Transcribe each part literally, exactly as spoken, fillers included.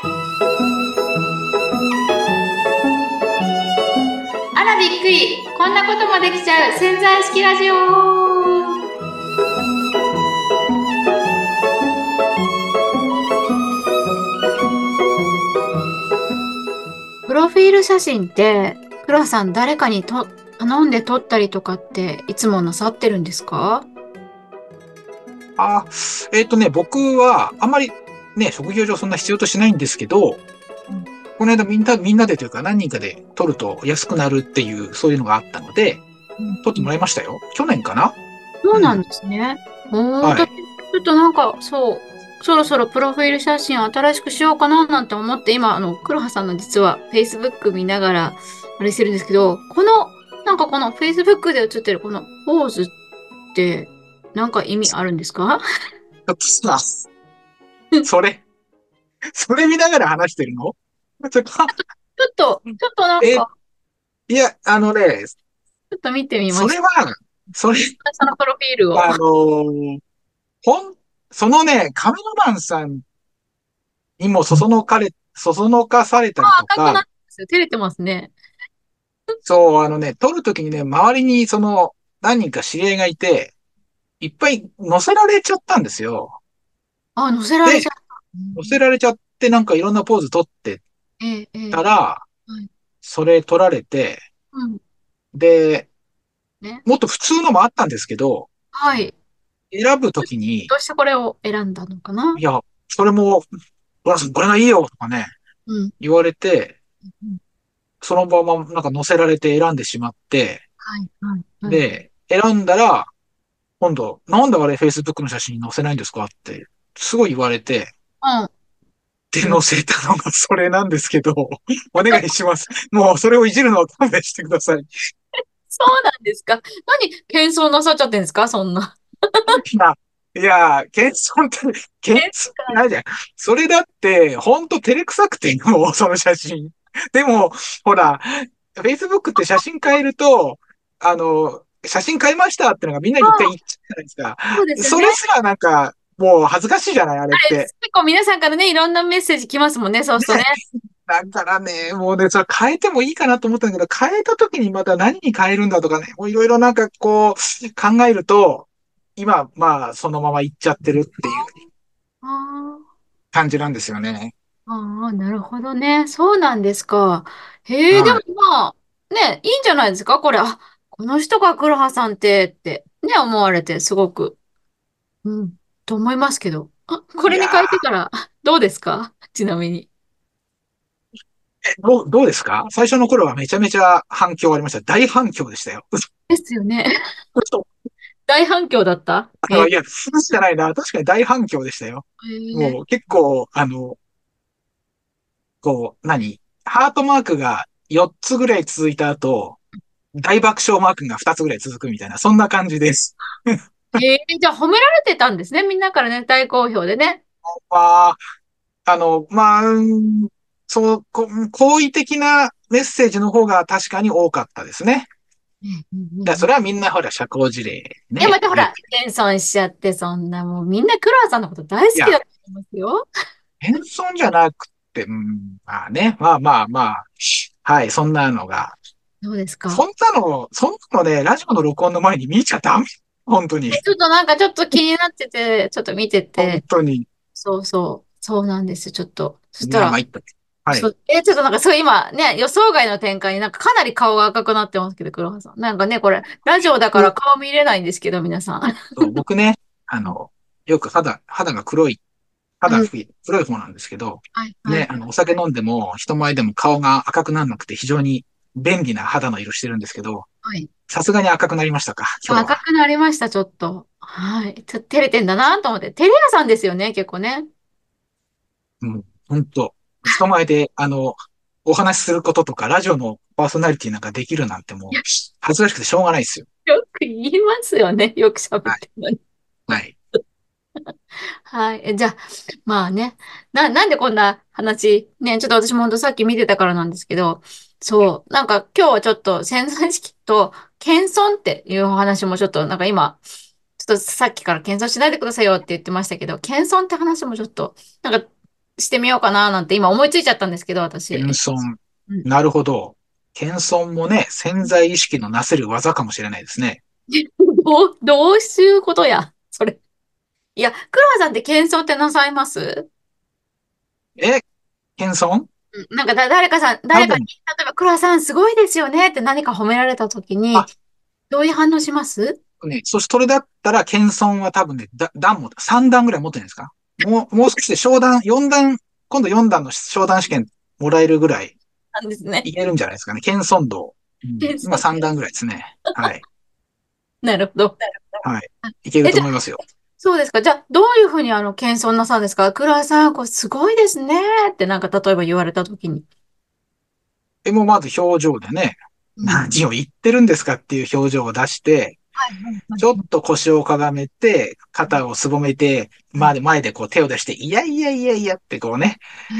あらびっくり。こんなこともできちゃう潜在意識ラジオ。プロフィール写真って、黒さん誰かにと頼んで撮ったりとかっていつもなさってるんですか？ あ、えっとね、僕はあんまりね、職業上そんな必要としないんですけど、 うん。 この間みんな、みんなでというか何人かで撮ると安くなるっていう、そういうのがあったので、 うんうん。 撮ってもらいましたよ。去年かな。 そうなんうん。 ですね。本当に、 はい。 ちょっとなんか、そう、そろそろプロフィール写真新しくしようかななんて思って、今、あの、黒羽さんの実は Facebook 見ながら、あれしてるんですけど、この、なんかこの Facebook で写ってるこのポーズって、なんか意味あるんですか？ ちょっとさ、それ、それ見ながら話してるの？ちょっと、 ちょっと、ちょっとなんえ、 か、 いや、あのね、 ちょっと見てみました。 それは、それ、 そのプロフィールを。 ああ、 のーほん、そのね、カメラマンさんにもそそのかれ、そそのかされたりとか、 赤くなってますよ。照れてますね。 そう、あのね、撮るときにね、周りにその何人か知り合いがいて、いっぱい乗せられちゃったんですよ。 あ、乗せられで、 ちゃった。う乗せん。 られちゃってなんかいろんなポーズ撮ってええ、ええ、 たら、 はい。 それ撮られて、 うん。 で、 ね。 もっと普通のもあったんですけど、 はい。 選ぶときに、 どうしてこれを選んだのかな？ いや、それも、ほらこれがいいよとかね、 うん。 言われて、 うん。 そのままなんか乗せられて選んでしまって、 はい、はい、はい。 で、選んだら、今度、なんであれ Facebook の写真に載せないんですかって、すごい言われて、 うん。 で、 言われ、 載せたのがそれなんですけど、お願いします。もうそれをいじるのは勘弁してください。 そうなんですか？何、謙遜なさっちゃってんですかそんな。 いや、いや、謙遜って、謙遜っえ、 てないじゃん。それだって、ほんと照れくさくて、もうその写真。でも、ほら、Facebook って写真変えると、あの、写真変えましたってのがみんなに一回言っちゃうじゃないですそうでか。 すよね。 それすらなんか、もう恥ずかしいじゃない、あれって。 結構皆さんからね、いろんなメッセージ来ますもんね、そうするとね。 だからね、もうね、それ変えてもいいかなと思ったんだけど、変えた時にまた何に変えるんだとかね、もういろいろなんかこう考えると、今、まあ、そのまま行っちゃってるっていうああ、 感じなんですよね。 ああ、なるほどね。そうなんですか。へえ、でもはい。 まあ、ね、いいんじゃないですかこれ。あ、この人が黒羽さんってって、ね、思われて、すごく。うん、と思いますけど。あ、これに変いやえてからどうですかちなみに。 ー、どう、どうですか？最初の頃はめちゃめちゃ反響ありました。大反響でしたよ。 ですよね。 嘘。 大反響だった。 あの、 えー、 いや、嘘じゃないな。確かに大反響でしたよ。 えー、 もう結構、あの、こう、何ハートマークがよっつぐらい続いた後、大爆笑マークがふたつぐらい続くみたいな、そんな感じです。 えー、じゃあ褒められてたんですね。みんなからね、大好評でね。 まあ、あの、まあ、うんそう、こ好意的なメッセージの方が確かに多かったですね。 うんうんうんだからそうん。 れはみんなほら社交辞令で、まね、言う。 たほら、謙遜しちゃって、そんなもう、みんな黒羽さんのこと大好いや、 きだと思いますよ。 謙遜じゃなくて、うん、まあね、まあまあまあ、はい、そんなのが。 どうですか？ そんなの、そんなのね、ラジオの録音の前に見ちゃダメ。本当に。 え、ちょっとなんかちょっと気になってて、ちょっと見てて、 本当に。 そうそう、そうなんですよ、ちょっと。そしいや、参たら、 った。はい。 そう、え、ちょっとなんかそう今ね、予想外の展開になんかかなり顔が赤くなってますけど、黒羽さん。なんかね、これ、ラジオだから僕、 顔見れないんですけど、皆さん。 そう僕ね、あの、よく肌、肌が黒い、 うん。 肌黒い黒い方なんですけど、 はいはね、 い。 あの、お酒飲んでも人前でも顔が赤くならなくて非常に便利な肌の色してるんですけど、 はい。 さすがに赤くなりましたか、今日は。 赤くなりました、ちょっと。はい。ちょっと照れてんだなと思って。照れ屋さんですよね、結構ね。 うん、本当人前で、あの、お話しすることとか、ラジオのパーソナリティなんかできるなんてもう、恥ずかしくてしょうがないですよ。 よく言いますよね。よく喋っはい。 てるのに。 はい。 はい。え、じゃあ、まあね。な、なんでこんな話、ね、ちょっと私も本当さっき見てたからなんですけど、そう。なんか今日はちょっと潜在意識と謙遜っていうお話もちょっとなんか今、ちょっとさっきから謙遜しないでくださいよって言ってましたけど、謙遜って話もちょっと、なんかしてみようかななんて今思いついちゃったんですけど、私。 謙遜。 うん。 なるほど。謙遜もね、潜在意識のなせる技かもしれないですね。 どう、どういうことや、それ。いや、黒羽さんって謙遜ってなさいます？ え、謙遜うん、なんかだ、誰かさん、誰かに、 多分、 例えば黒羽さんすごいですよねって何か褒められたときあ、 に、どういう反応します？ ね、そしてそれだったら謙遜は多分ね、だ段もさん段ぐらい持ってるんですか？もう、もう少しで商談、よん段、今度よん段の商談試験もらえるぐらいなんですね。 いけるんじゃないですかね。謙遜度。うん、今謙遜。 さん段ぐらいですね。はい。 なるほど。 はい。いけるえ、じゃあ、 と思いますよ。 そうですか。じゃあ、どういうふうにあの、謙遜なさるんですか？黒羽さん、これすごいですねってなんか例えば言われたときに。 でもまず表情でね、 うん。 何を言ってるんですかっていう表情を出して、 はいはいはいちょっはい。 と腰をかがめて、肩をすぼめて、 はい。 前で前でこう手を出して、いやいやいやいやってこうね、 うん。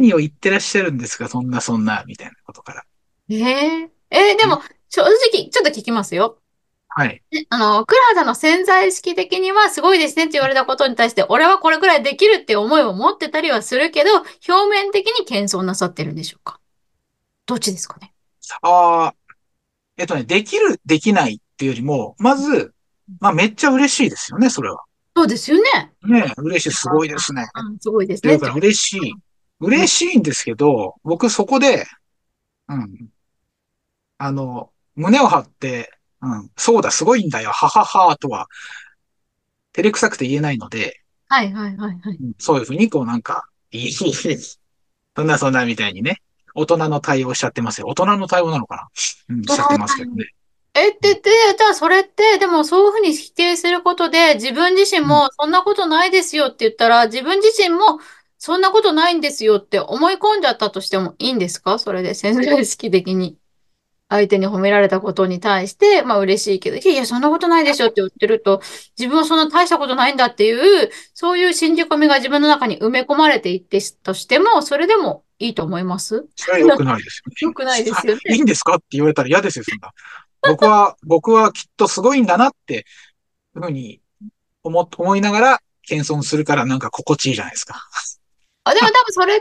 何を言ってらっしゃるんですか、そんなそんな、みたいなことから。 えー、えーでね。 も、正直、ちょっと聞きますよ。 はい。 ね、あの、クラハさんの潜在意識的にはすごいですねって言われたことに対して、俺はこれくらいできるって思いを持ってたりはするけど、表面的に謙遜なさってるんでしょうか？どっちですかね？ ああ、えっとね、できる、できないっていうよりも、まず、まあめっちゃ嬉しいですよね、それは。 そうですよね。 ね、嬉しい、すごいですね。 うん、すごいですねってっていうから嬉しい。 言われ嬉しいんですけど、僕そこで、うん、あの、胸を張って、うん、そうだ、すごいんだよ、ははは、とは、照れくさくて言えないので、 はいはいはいはい。 うん、そういうふうに、こうなんか、いい、いいそんなそんなみたいにね、大人の対応しちゃってますよ。大人の対応なのかな？うん、しちゃってますけどね。 え、っうん、 て、で、じゃあそれって、でもそういうふうに否定することで、自分自身うん、 もそんなことないですよって言ったら、自分自身もそんなことないんですよって思い込んじゃったとしてもいいんですか？それで潜在意識的に。相手に褒められたことに対して、まあ嬉しいけど、いやいや、そんなことないでしょって言ってると、自分はそんな大したことないんだっていう、そういう信じ込みが自分の中に埋め込まれていってとしても、それでもいいと思います？ それは良くないですよよくないでね。 すよね。 いいんですかって言われたら嫌ですよ、そんな。僕は、僕はきっとすごいんだなっていうふうに思、思いながら謙遜するからなんか心地いいじゃないですか。 あ、でも多分それって、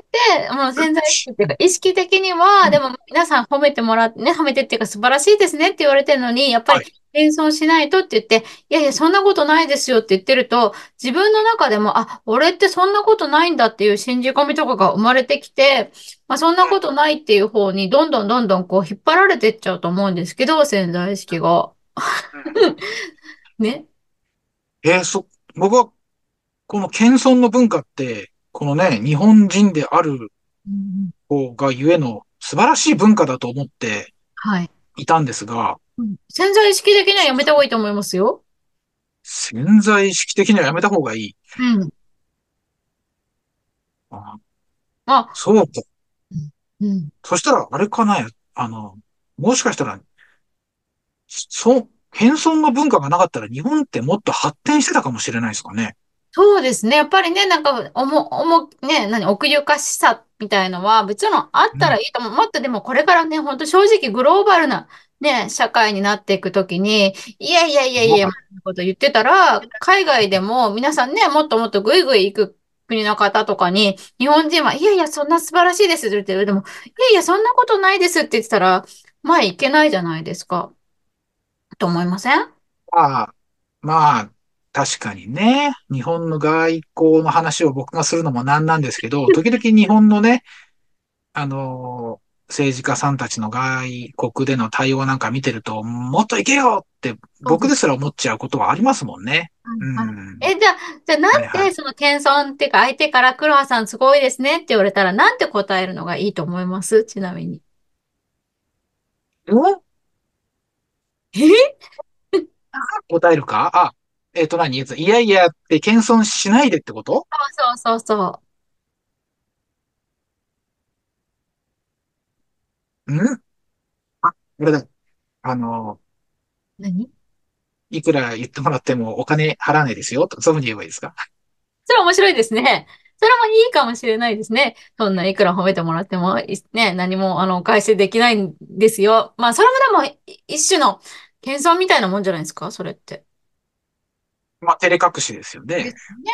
もう潜在意識っていうか、意識的には、でも皆さん褒めてもらってね、褒めてっていうか素晴らしいですねって言われてるのに、やっぱりはい。 謙遜しないとって言って、いやいや、そんなことないですよって言ってると、自分の中でも、あ、俺ってそんなことないんだっていう信じ込みとかが生まれてきて、まあ、そんなことないっていう方に、どんどんどんどんこう引っ張られてっちゃうと思うんですけど、潜在意識が。 うん。 ね。 えーそ、僕はこの謙遜の文化って、このね、日本人であるうん。 方がゆえの素晴らしい文化だと思ってはい。 いたんですが、 うん、潜在意識的にはやめた方がいいと思いますよ。 潜在意識的にはやめた方がいい。 うん。 あ、 まあ、 そうか。 うん。 そしたら、あれかな、あの、もしかしたら、そう、謙遜の文化がなかったら日本ってもっと発展してたかもしれないですかね。 そうですね。やっぱりね、なんか、おも、おも、ね、何、奥ゆかしさみたいのは、別のあったらうん。 いいと思う。もっとでもこれからね、本当正直グローバルなね、社会になっていくときに、いやいやいやいや、みたいなこと言ってたら、海外でも皆さんね、もっともっとグイグイ行く国の方とかに、日本人は、いやいや、そんな素晴らしいですって言ってる。でも、いやいや、そんなことないですって言ってたら、前行けないじゃないですか。と思いません？ まあ、まあ、確かにね、日本の外交の話を僕がするのもなんなんですけど、時々日本のね、あの、政治家さんたちの外国での対応なんか見てると、もっといけよってそうです。 僕ですら思っちゃうことはありますもんね。うはいはい。 ん。 え、じゃあ、じゃあなんはいはい。 てその謙遜っていうか相手から黒羽さんすごいですねって言われたらなんて答えるのがいいと思います？ちなみに。 んえ、 答えるか？あ、えっと何いやいやって謙遜しないでってこと？ そうそうそうそう。 んあ、これだ。あの、 何？ いくら言ってもらってもお金払わないですよ。とそういうふうに言えばいいですか？ それ面白いですね。それもいいかもしれないですね。そんないくら褒めてもらっても、いね、何も、あの、お返しできないんですよ。まあ、それもでも、い一種の謙遜みたいなもんじゃないですか、それって。 まあ、照れ隠しですよね。 ですね。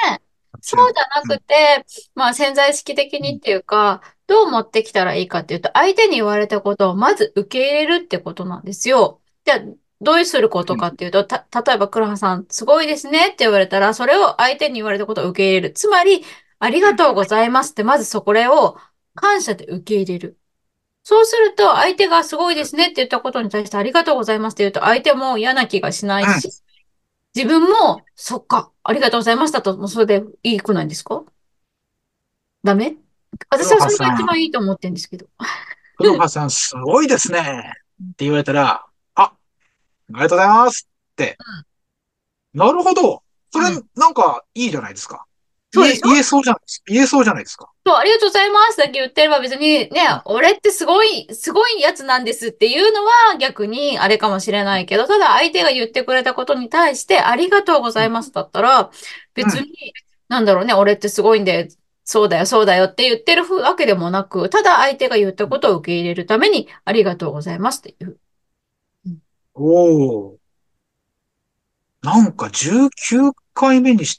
そうじゃなくて、まあ潜在意識的にっていうか、どう持ってきたらいいかっていうと、相手に言われたことをまず受け入れるってことなんですよ。じゃあ、どうすることかっていうと、た、例えば黒羽さん、すごいですねって言われたら、それを相手に言われたことを受け入れる。つまり、ありがとうございますって、まずそこれを感謝で受け入れる。そうすると、相手がすごいですねって言ったことに対してありがとうございますって言うと、相手も嫌な気がしないし、自分も、そっか、ありがとうございましたと、もうそれでいいくないですか？ダメ？私黒はそれが一羽さん、 番いいと思ってるんですけど。 黒羽さんすごいですね。って言われたら、あ、ありがとうございますって、なるほど。それ、 うん。 なんか、いいじゃないですか。言え、 そうでしょ？ 言えそうじゃないですか。言えそうじゃないですか。 そう、ありがとうございますだけ言ってれば別にね、俺ってすごい、すごいやつなんですっていうのは逆にあれかもしれないけど、ただ相手が言ってくれたことに対してありがとうございますだったら、 うん。 別に、なんだろうね、俺ってすごいんで、そうだよ、そうだよって言ってるわけでもなく、ただ相手が言ったことを受け入れるためにありがとうございますっていう。うん。 おー。なんかじゅうきゅうかいめにして、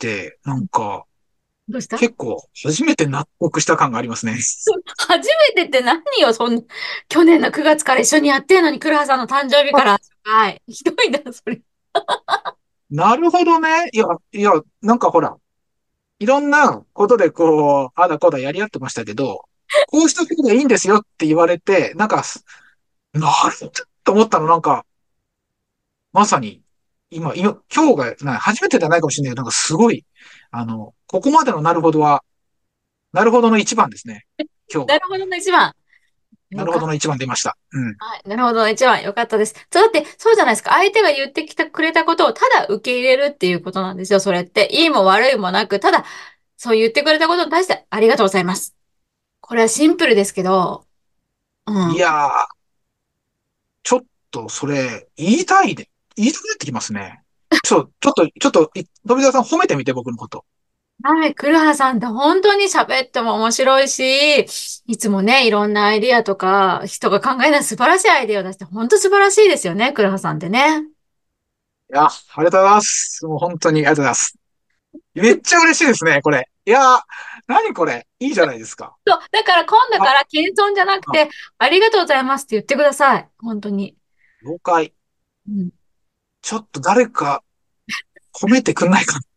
なんか、 どうした？ 結構、初めて納得した感がありますね。 初めてって何よ、そんな、去年のくがつから一緒にやってんのに、クラハさんの誕生日から。はい。ひどいな、それ。 なるほどね。いや、いや、なんかほら、いろんなことでこう、あだこだやり合ってましたけど、こうしたことでいいんですよって言われて、なんか、なるほどと思ったの、なんか、まさに、今、今、今日が、な初めてじゃないかもしれないけど、なんかすごい、あの、ここまでのなるほどは、なるほどの一番ですね。今日が。 なるほどの一番。よかった。 なるほどの一番出ました。うん。 はい。なるほどの一番。よかったです。そう、だって、そうじゃないですか。相手が言ってきてくれたことをただ受け入れるっていうことなんですよ。それって。いいも悪いもなく、ただ、そう言ってくれたことに対してありがとうございます。これはシンプルですけど、うん。 いやー、ちょっとそれ、言いたいね。言いたくなってきますね。ちょ、ちょっと、ちょっと、い富澤さん褒めてみて、僕のこと。 はい、栗原さんって本当に喋っても面白いし、いつもね、いろんなアイディアとか、人が考えない素晴らしいアイディアを出して、本当素晴らしいですよね、栗原さんってね。 いや、ありがとうございます。もう本当にありがとうございます。めっちゃ嬉しいですね、これ。いやー、何これ。いいじゃないですか。 そう、だから今度あ、 から謙遜じゃなくあ、 て、ありがとうございますって言ってください。本当に。 了解。 うん。 ちょっと誰か褒めてくんないかな。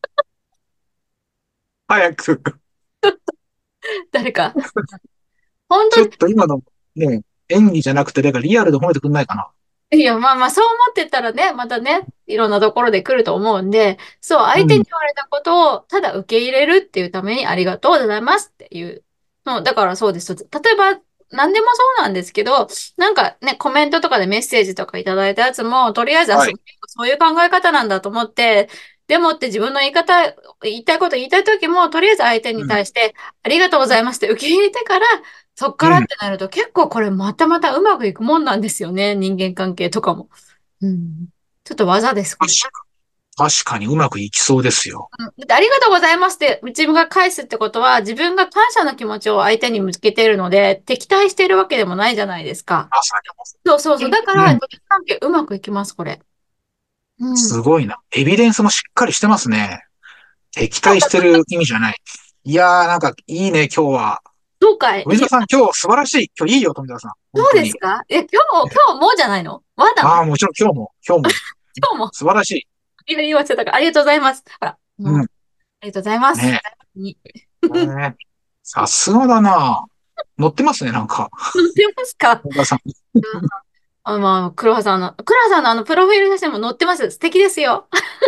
早く。 誰か。本当ちょっと今の、ね、演技じゃなくて、だからリアルで褒めてくんないかな。 いや、まあまあ、そう思ってたらね、またね、いろんなところで来ると思うんで、そう、相手にうん。 言われたことをただ受け入れるっていうためにありがとうございますっていう。そう、だからそうです。例えば、何でもそうなんですけど、なんかね、コメントとかでメッセージとかいただいたやつも、とりあえず、あ、そう、 はい。 そういう考え方なんだと思って、でもって自分の言い方、言いたいこと言いたいときも、とりあえず相手にうん。 対して、ありがとうございますって受け入れてから、そっからっうん。 てなると結構これまたまたうまくいくもんなんですよね。人間関係とかも。うん。ちょっと技です、これ。 確か、確かにうまくいきそうですよ。 うん。だってありがとうございますって自分が返すってことは自分が感謝の気持ちを相手に向けているので敵対しているわけでもないじゃないですか。 まさそうそうそう。だかに。うん。 ら人間関係うまくいきます、これ。うん。 すごいな。エビデンスもしっかりしてますね。敵対してる意味じゃない。いやー、なんかいいね、今日は。 そうかい。いや、 富澤さん、今日素晴らしい。今日いいよ、富澤さん。本そう当に。 ですか？え、今日、今日もじゃないの？まだも？ ああ、もちろん今日も、今日も今日も。 素晴らしい。 いや、言い忘れたから。ありがとうございます。ほら、もう、あうん。 りがとうございます。 ねにえ。ねえさすがだな。乗ってますね、なんか。 乗ってますか？ 富澤さん。 あ、まあ、黒羽さんの、黒羽さんのあの、プロフィール写真も載ってます。素敵ですよ。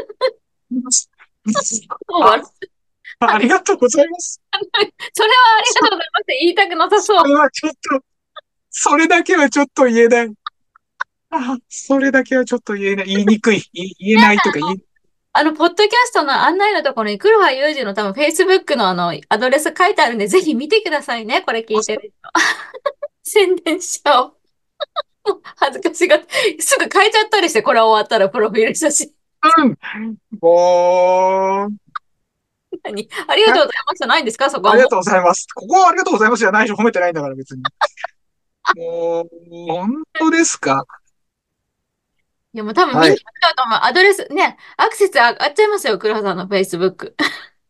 もうあ、 笑っありがとうございます。 それはありがとうございますって言いたくなさそう。 それはちょっと、それだけはちょっと言えない。あ、それだけはちょっと言えない。言いにくい。言い言えないとか言い、 あの、ポッドキャストの案内のところに、黒羽裕二の多分、Facebook のあの、アドレス書いてあるんで、ぜひ見てくださいね。これ聞いてる人。宣伝しちゃおう。もう恥ずかしがって、すぐ変えちゃったりして、これ終わったら、プロフィール写真。 うん。もう、 何ありがとうございましたないんですか？そこはもう。 ありがとうございます。ここはありがとうございますじゃないし、褒めてないんだから別に。もう、本当ですか？ いや、もう多分みんなはい。 見ちゃうと思う。アドレス、ね、アクセス上がっちゃいますよ、黒羽さんの Facebook。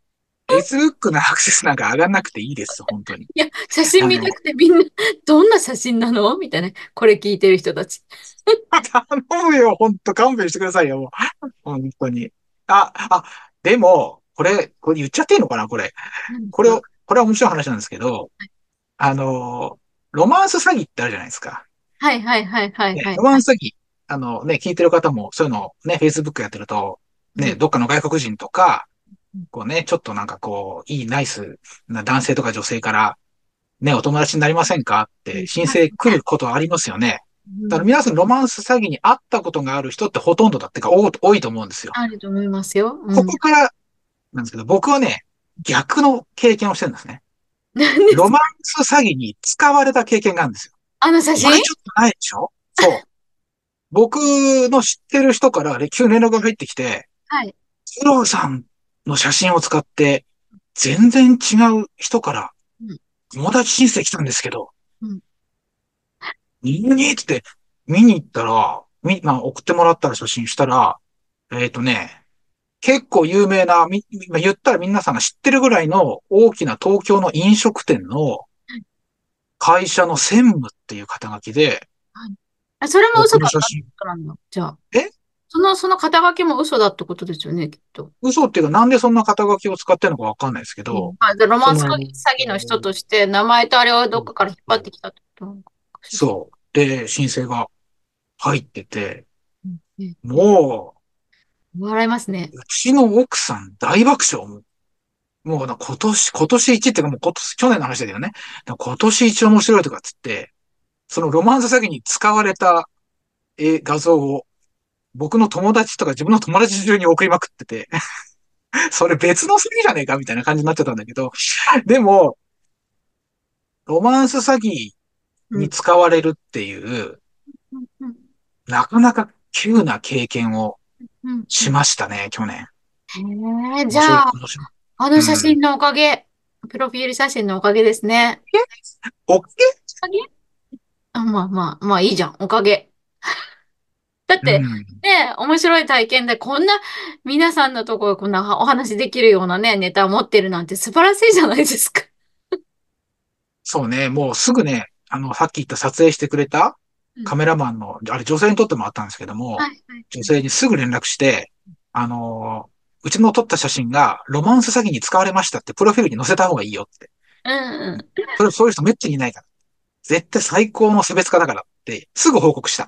Facebook のアクセスなんか上がんなくていいです、本当に。 いや、写真あの、 見たくてみんな、どんな写真なのみたいな。これ聞いてる人たち。 頼むよ、本当勘弁してくださいよ、もう。本当に。あ、あ、でも、これ、これ言っちゃっていいのかな、これ。これを、 何ですか？ これは面白い話なんですけど、あの、ロマンス詐欺ってあるじゃないですか。 はいはいはいはいね、ロはいはい。 マンス詐欺、あのね、聞いてる方も、そういうのね、Facebook やってると、ね、 うんどっかの外国人とか、 うんこうね、ちょっとなんかこう、いいナイスな男性とか女性から、ね、お友達になりませんかってうん申請来ることはありますよね。だからうん。 皆さんロマンス詐欺に遭ったことがある人ってほとんどだってか多多いと思うんですよ。 あると思いますよ。うん。 ここからなんですけど、僕はね、逆の経験をしてるんですね。 何ですか？ ロマンス詐欺に使われた経験があるんですよ。 あの写真。 これちょっとないでしょ？そう。僕の知ってる人から急に連絡が入ってきて、 はい。 スローさんの写真を使って、全然違う人からうん友達申請来たんですけど、 うん何って見に行ったら、み、まあ、送ってもらったら写真したら、えっとね、結構有名な、み、まあ言ったら皆さんが知ってるぐらいの大きな東京の飲食店の会社の専務っていう肩書きで、 はい。あ、それも嘘だったって僕の写真、 ことなんだ。じゃあ。 えその、その肩書きも嘘だってことですよね、きっと。 嘘っていうかなんでそんな肩書きを使ってるのかわかんないですけど、 うん。あ、で、ロマンス詐その、 欺の人として、名前とあれをどっかから引っ張ってきたってことなのかもしれそう。で、申請が入ってて、 ない。うん。 も笑いますね。 う、うちの奥さん大爆笑。もうな今年、今年一っていうかもう今年、去年の話だけどね。今年一面白いとかっつって、そのロマンス詐欺に使われたえ画像を僕の友達とか自分の友達中に送りまくってて、それ別の詐欺じゃねえかみたいな感じになってたんだけど、でも、ロマンス詐欺にうん。 使われるっていう、 うんうんなかなか急な経験をしうんうん。 ましたね、去年。 へえ、じ面白い、 ゃあ、 面白い。 あのうん。 写真のおかげ、プロフィール写真のおかげですね。 おっけおかげ。あ、まあまあ、まあいいじゃん、おかげ。だって、 うん。 ね、面白い体験で、こんな皆さんのところ、こんなお話できるようなね、ネタを持ってるなんて素晴らしいじゃないですか。 そうね、もうすぐね、あの、さっき言った撮影してくれたうん。 カメラマンの、あれ女性に撮ってもらったんですけども、 はい、はい、 女性にすぐ連絡して、あの、うちの撮った写真がロマンス詐欺に使われましたってプロフィールに載せた方がいいよって。 うん、うん。 それ、そういう人めっちゃいないから。絶対最高の差別化だからってすぐ報告した。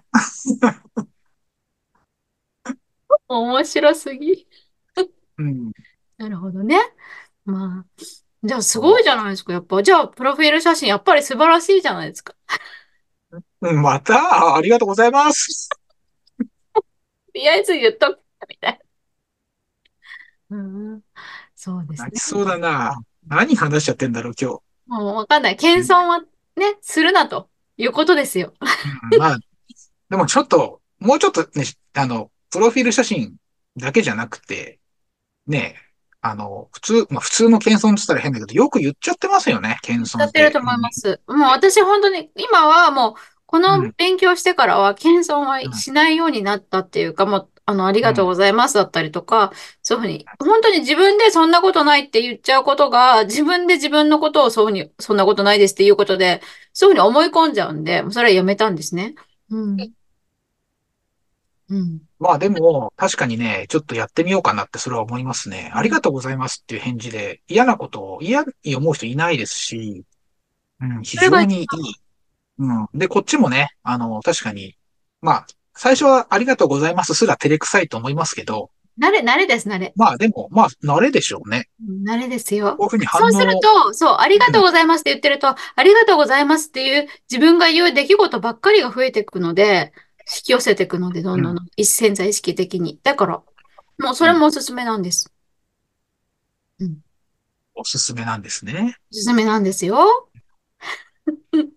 面白すぎ。 うん。 なるほどね。まあ、じゃあすごいじゃそないですか、やっぱ。じゃあ、プロフィール写真、やっぱり素晴らしいじゃないですか。 う。うん、また、あありがとうございます。 とりあえず言っとくみたいな。うん、そうですね。 泣きそうだな。何話しちゃってんだろう、今日。 もうわかんない。謙遜はね、するなということですよ。 うん、まあ、でもちょっと、もうちょっとね、あの、プロフィール写真だけじゃなくて、ね、あの、普通、まあ普通の謙遜って言ったら変だけど、よく言っちゃってますよね、謙遜って。 やってると思います。もう私本当に、今はもう、こうん、 の勉強してからは、謙遜はうん、 しないようになったっていうか、もう、あの、ありうん。 がとうございますだったりとか、そういうふうに、本当に自分でそんなことないって言っちゃうことが、自分で自分のことをそういうふうに、そんなことないですっていうことで、そういうふうに思い込んじゃうんで、もうそれはやめたんですね。うん。うん。 まあでも、確かにね、ちょっとやってみようかなってそれは思いますね。 うん。 ありがとうございますっていう返事で嫌なことを嫌に思う人いないですし、うん、非それが一常にいい。うん。で、こっちもね、あの、確かに、まあ、最初はありがとうございますすら照れくさいと思いますけど、 慣れ、慣れです、慣れ。 まあでも、まあ、慣れでしょうね。 うん、慣れですよ。 こういうふうに反そうする応、 と、そう、ありがとううん、 ございますって言ってると、ありがとうございますっていう自分が言う出来事ばっかりが増えていくので、引き寄せていくので、どんどんうん、 どん一潜在意識的に。だから、もうそうん。 れもおすすめなんです。うん。 おすすめなんですね。 おすすめなんですよ。うん。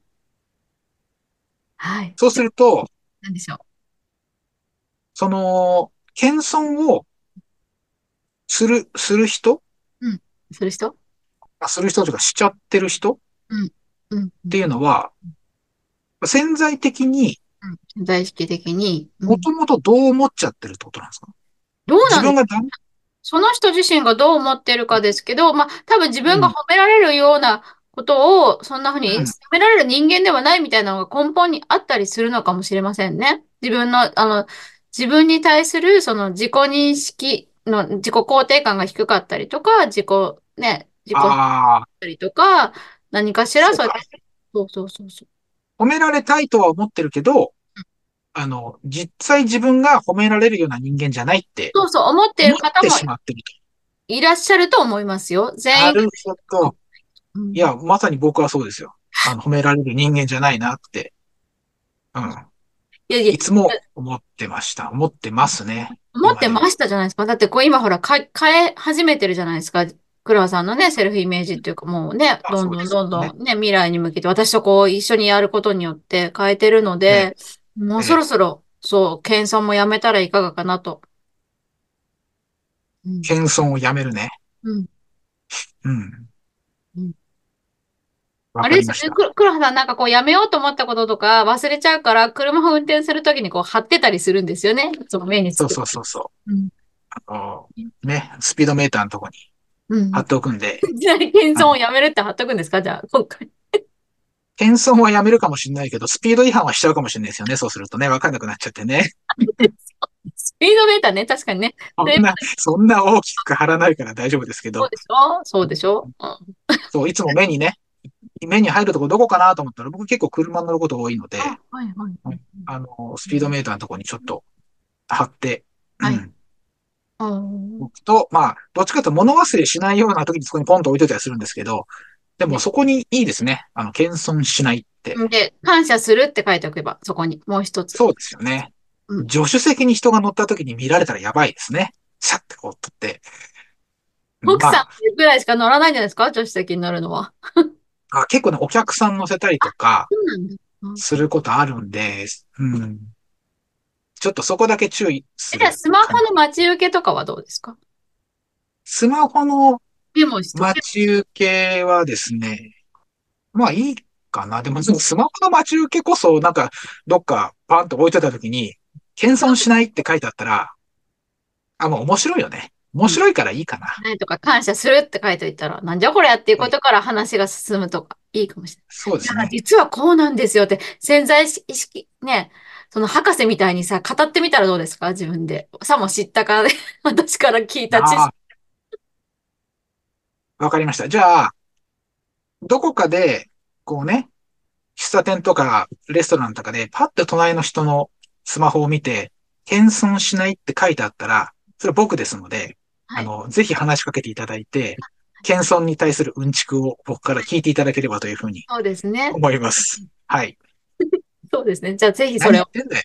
はい。 そうじゃあ、 すると、 何でしょその、謙遜をする、する人う。うん。する人。 あする人とかしちゃってる人っうん。うん。うてん。 いうのは、潜在的にうん。潜在意識的に。うん。 もともとどう思っちゃってるってことなんですか？ どうなんですか？ 自分がダメ。 その人自身がどう思ってるかですけど、まあ、多分自分が褒うん。 められるようなことを、そんな風に褒うん。 められる人間ではないみたいなのが根本にあったりするのかもしれませんね。自分の、あの、自分に対する、その自己認識の、自己肯定感が低かったりとか、自己、ね、自己、 ああ、 たりとか、何かしら、 そうか。 そういう、そうそうそうそう。 褒められたいとは思ってるけど、あの、実際自分が褒められるような人間じゃないってそうそう、思ってい思ってる方もしまってると。 いらっしゃると思いますよ。全員が。 なるほど。 うん。 いや、まさに僕はそうですよ。あの、褒められる人間じゃないなって、うん。 いやいや、 いつも思ってました。思ってますね。 思ってま今でも。 したじゃないですか。だってこう今ほらか変え始めてるじゃないですか。黒羽さんのね、セルフイメージっていうかもうね、 あ、そうどんどんですよね。 どんどんね、未来に向けて私とこう一緒にやることによって変えてるのええ、 で、もうそろええ、 そろ、そう、謙遜もやめたらいかがかなと。うん。 謙遜をやめるね。 うん。 うん。 うん。 わあれですよね、 かりました。 く黒羽さんなんかこうやめようと思ったこととか忘れちゃうから、車を運転するときにこう貼ってたりするんですよね。その目につく。 そうそうそうそう。 うん。 あの、ね、スピードメーターのとこにうん。 貼っておくんで、 いきなり謙あの、 遜をやめるって貼っとくんですかじゃあ、今回。 謙遜はやめるかもしれないけど、スピード違反はしちゃうかもしれないですよね。そうするとね、わかんなくなっちゃってね。 スピードメーターね、確かにね。で、 そんな、そんな大きく貼らないから大丈夫ですけど、 そうでしょそうでしょうん。 そう、いつも目にね、目に入るとこどこかなと思ったら、僕結構車に乗ること多いので、 あ、はいはいはい。 あの、スうんピードメーターのとこにちょっと貼って、うはい。 ん、 うん。 置くと、まあ、どっちかというと物忘れしないような時にそこにポンと置いといたりするんですけど、でもね。 そこにいいですね。あの、謙遜しないって。 で、感謝するって書いておけば、そこに、もう一つ。 そうですよね。 うん。 助手席に人が乗った時に見られたらやばいですね。シャッてこう取って。 奥さんまぐらいしか乗らないんじゃないですか助手席に乗るのは。 あ、あ結構ね、お客さん乗せたりとかそうなんだ。うんすることあるんで、うん。ちょっとそこだけ注意え、じゃあ、 するスマホ感じ。 の待ち受けとかはどうですかスマホのメモしとく。 待ち受けはですね、まあいいかな。でも、スマホの待ち受けこそ、なんか、どっかパンと置いてた時に、謙遜しないって書いてあったら、あ、もう面白いよね。面うん。 白いからいいかな。 何とか感謝するって書いといたら、なんじゃこりゃっていうことから話が進むとか、いいかもしれない。だからそうですね。 実はこうなんですよって、潜在意識、ね、その博士みたいにさ、語ってみたらどうですか自分で。さも知ったかで、私から聞いた知識。 ああ、わかりました。じゃあ、どこかで、こうね、喫茶店とかレストランとかで、パッと隣の人のスマホを見て、謙遜しないって書いてあったら、それは僕ですので、 はい。 あの、ぜひ話しかけていただいて、謙遜に対するうんちくを僕から聞いていただければというふうにそうですね。 思います。はい。 そうですね。じゃあぜひそれを。 何言ってんだよ。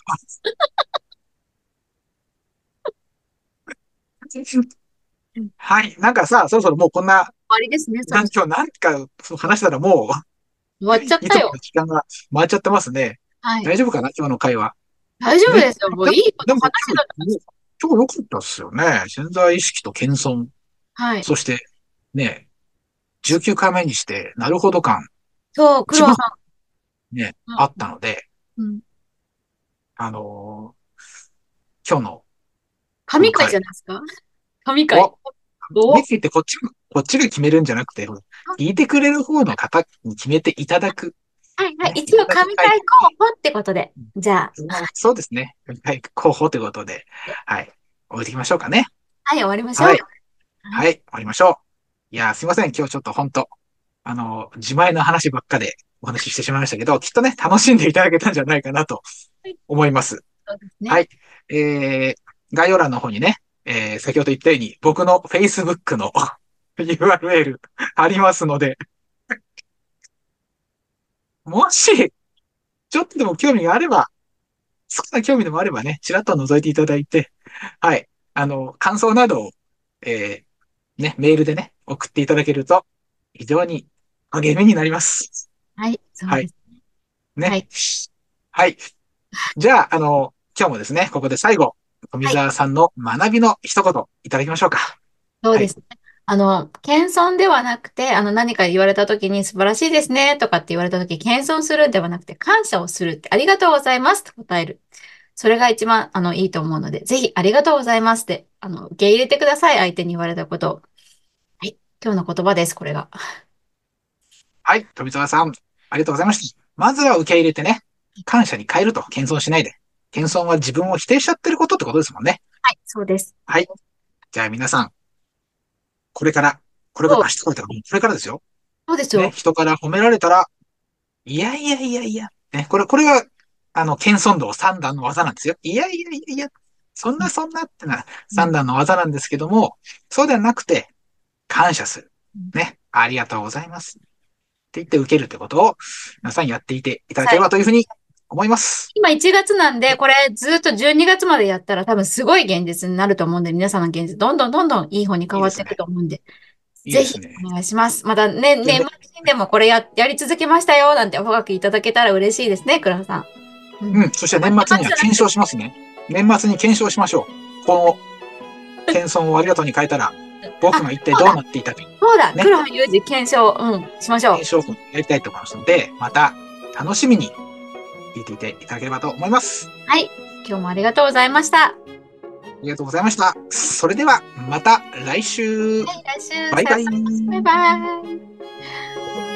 うんはい。なんかさ、そろそろもうこんな、 終わりですね、そろそろ。 なん今日何かそう話したらも終わっちゃう、いつもったよ。 の時間が回っちゃってますね。 はい。 大丈夫かな今日の会話。 大丈夫ね。 ですよ。もうでも、 いいことでも話だ。 今日、今日良かったっすよね。潜在意識と謙遜。 はい。 そして、ね、じゅうきゅうかいめにして、なるほど感、 そう、黒一番羽さね、 ん。 あったので、 うん。 あのー今日のこの神回じゃ回、 ないですか神回。 お、 お。 ミキってこっちが、こっちが決めるんじゃなくて、聞いてくれる方の方に決めていただく、 はいはい。 ね、い一応、 ただく回。 神回候補ってことで。じゃあ、 そうですね。はい、候補ということで、はい、置いていきましょうかね。 はい、終わりましょう。 はい、 はい。 はい、終わりましょう。いやー、すいません。今日ちょっと本当あの、自前の話ばっかでお話ししてしまいましたけど、きっとね、楽しんでいただけたんじゃないかなとはい思います。 そうですね。 はい。えー、概要欄の方にね、えー、先ほど言ったように、僕の Facebook の ユーアールエル ありますので、もし、ちょっとでも興味があれば、少な興味でもあればね、ちらっと覗いていただいて、はい。あの、感想などを、えー、ね、メールでね、送っていただけると、非常に励みになります。 はい、そうはい。 です。はね。 い。 はい。じゃあ、あの、今日もですね、ここで最後、富はい。 澤さんの学びの一言いただきましょうか。はい。 そうですね。あの、謙遜ではなくて、あの、何か言われたときに素晴らしいですねとかって言われたとき、謙遜するんではなくて、感謝をするって、ありがとうございますと答える。 それが一番、あの、いいと思うので、ぜひ、ありがとうございますって、あの、受け入れてください。相手に言われたことを。はい。今日の言葉です、これが。 はい、富澤さん、ありがとうございました。まずは受け入れてね、感謝に変えると、謙遜しないで。謙遜は自分を否定しちゃってることってことですもんね。 はい、そうです。 はい。じゃあ皆さん、これから、これから、 そう、 明日これから、これからですよ。ね、 そうですよ。 人から褒められたら、いやいやいやいや、ね、これ、これが、あの、謙遜道三段の技なんですよ。いやいやいやいや、そんうん、 なそんなってな、 うん、 三段の技なんですけども、そうではなくて、感謝する。 うん。 ね、ありがとうございます。って言って受けるってことを、皆さんやっていていただけれはい。 ばというふうに思います。 今いちがつなんで、これずっとじゅうにがつまでやったら多分すごい現実になると思うんで、皆さんの現実、どんどんどんどんいい方に変わっていくいいですね。 と思うんで、 いいぜひおですね。 願いします。またね、 でね、 年末にでもこれや、やり続けましたよ、なんておはがきいただけたら嬉しいですね、倉葉さん。うん。 うん。そしてまあ、 年末には検年末じゃなくて、 証しますね。年末に検証しましょう。この謙遜をありがとうに変えたら、 あ、 僕が一体どうそうだ、 なっていたか。 そうだ、 ね。 黒羽裕二検証、うん、しましょう。 検証をやりたいと思いますので、また楽しみに聞いていていただければと思います。 はい。今日もありがとうございました。はありがとうございました。それでは、また来週。 い、来週、 バイバイ。 さよなら。バイバイ。